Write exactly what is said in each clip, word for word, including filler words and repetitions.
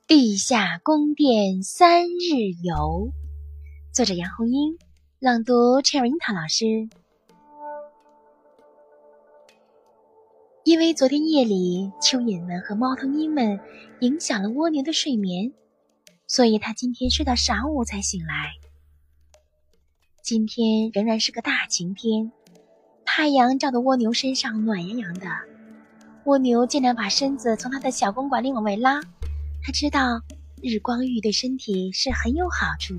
地下宫殿三日游，作者杨红樱，朗读 Cherry 老师。因为昨天夜里蚯蚓们和猫头鹰们影响了蜗牛的睡眠，所以它今天睡到晌午才醒来。今天仍然是个大晴天，太阳照得蜗牛身上暖洋洋的。蜗牛尽量把身子从它的小公馆里往外拉，它知道日光浴对身体是很有好处的。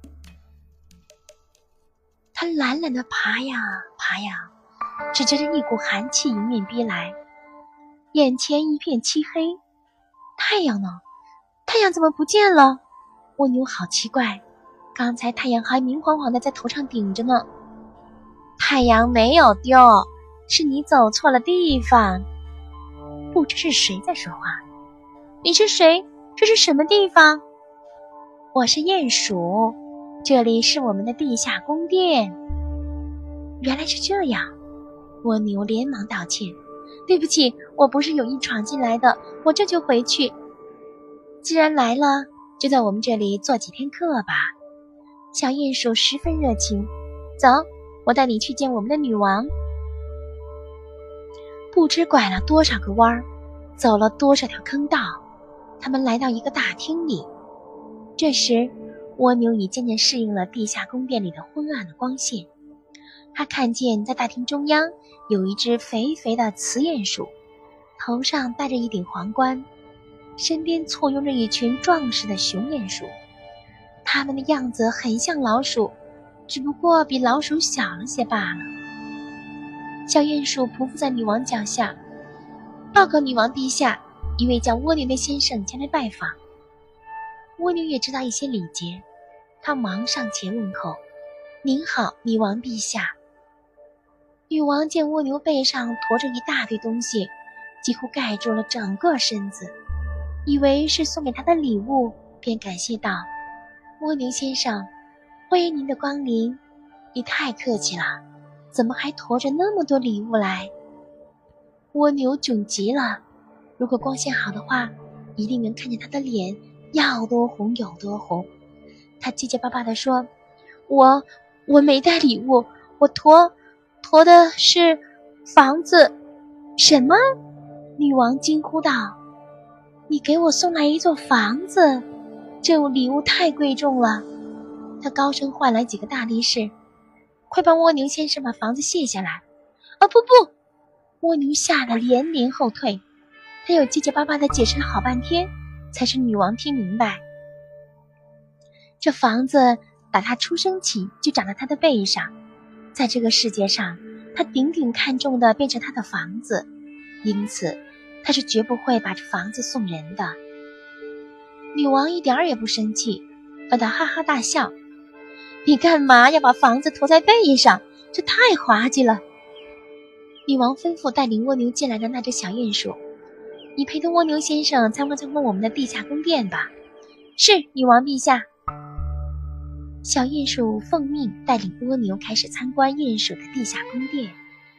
它懒懒地爬呀爬呀，只觉着一股寒气迎面逼来，眼前一片漆黑。太阳呢？太阳怎么不见了？蜗牛好奇怪，刚才太阳还明晃晃地在头上顶着呢。太阳没有丢，是你走错了地方。不知是谁在说话。你是谁？这是什么地方？我是鼹鼠，这里是我们的地下宫殿。原来是这样，蜗牛连忙道歉，对不起，我不是有意闯进来的，我这就回去。既然来了，就在我们这里做几天客吧。小鼹鼠十分热情，走，我带你去见我们的女王。不知拐了多少个弯儿，走了多少条坑道，他们来到一个大厅里。这时蜗牛已渐渐适应了地下宫殿里的昏暗的光线。他看见在大厅中央有一只肥肥的雌鼹鼠，头上戴着一顶皇冠，身边簇拥着一群壮实的雄鼹鼠。它们的样子很像老鼠，只不过比老鼠小了些罢了。小鼹鼠匍匐在女王脚下，报告女王陛下，一位叫蜗牛的先生前来拜访。蜗牛也知道一些礼节，他忙上前问候，您好，女王陛下。女王见蜗牛背上驮着一大堆东西，几乎盖住了整个身子，以为是送给他的礼物，便感谢道，蜗牛先生，欢迎您的光临，你太客气了，怎么还驮着那么多礼物来？蜗牛窘极了，如果光线好的话，一定能看见他的脸要多红有多红。他结结巴巴地说，我我没带礼物，我驮驮的是房子。什么？女王惊呼道，你给我送来一座房子，这礼物太贵重了。他高声唤来几个大力士，快帮蜗牛先生把房子卸下来。啊，不不！蜗牛吓得连连后退，他又结结巴巴地解释了好半天，才使女王听明白，这房子打他出生起就长在他的背上，在这个世界上他顶顶看重的便是他的房子，因此他是绝不会把这房子送人的。女王一点儿也不生气，反倒哈哈大笑，你干嘛要把房子驮在背上？这太滑稽了。女王吩咐带领蜗牛进来的那只小鼹鼠，你陪同蜗牛先生参观参观我们的地下宫殿吧。是，女王陛下。小鼹鼠奉命带领蜗牛开始参观鼹鼠的地下宫殿。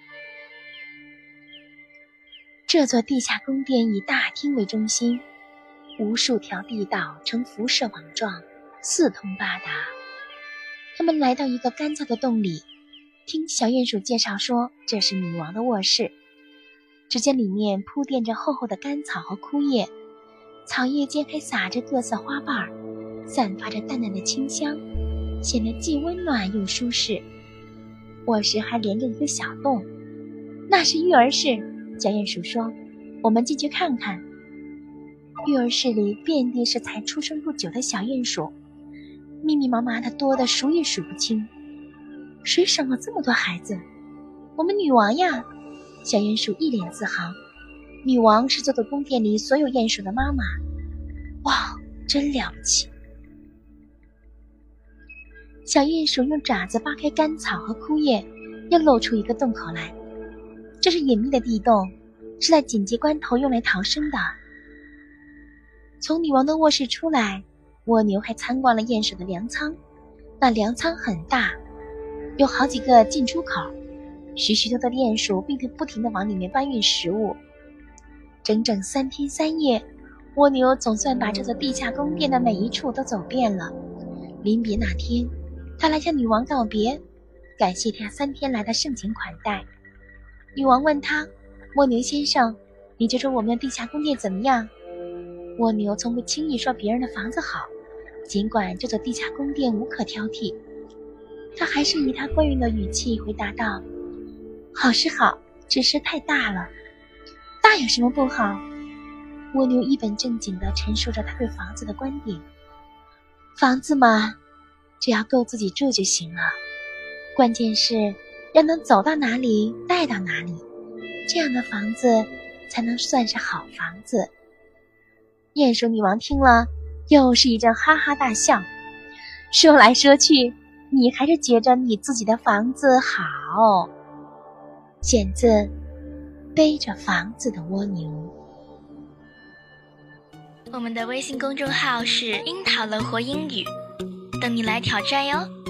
这座地下宫殿以大厅为中心，无数条地道呈辐射网状，四通八达。他们来到一个干燥的洞里，听小鼹鼠介绍说，这是女王的卧室。只见里面铺垫着厚厚的干草和枯叶，草叶间还撒着各色花瓣，散发着淡淡的清香，显得既温暖又舒适。卧室还连着一个小洞，那是育儿室。小鼹鼠说，我们进去看看。育儿室里遍地是才出生不久的小鼹鼠，密密麻麻的多得数也数不清。谁生了这么多孩子？我们女王呀！小鼹鼠一脸自豪，女王是这座宫殿里所有鼹鼠的妈妈。哇，真了不起！小鼹鼠用爪子扒开干草和枯叶，又露出一个洞口来。这是隐秘的地洞，是在紧急关头用来逃生的。从女王的卧室出来，蜗牛还参观了鼹鼠的粮仓。那粮仓很大，有好几个进出口，许许多多的鼹鼠并不停地往里面搬运食物。整整三天三夜， 蜗牛总算把这座地下宫殿的每一处都走遍了。临别那天，他来向女王道别，感谢她三天来的盛情款待。女王问他：蜗牛先生，你觉得我们的地下宫殿怎么样？蜗牛从不轻易说别人的房子好，尽管这座地下宫殿无可挑剔，他还是以他惯用的语气回答道：好是好，只是太大了。大有什么不好？蜗牛一本正经地陈述着他对房子的观点。房子嘛，只要够自己住就行了，关键是要能走到哪里带到哪里，这样的房子才能算是好房子。鼹鼠女王听了，又是一阵哈哈大笑。说来说去，你还是觉着你自己的房子好。选自背着房子的蜗牛。 我们的微信公众号是樱桃乐活英语，等你来挑战哟。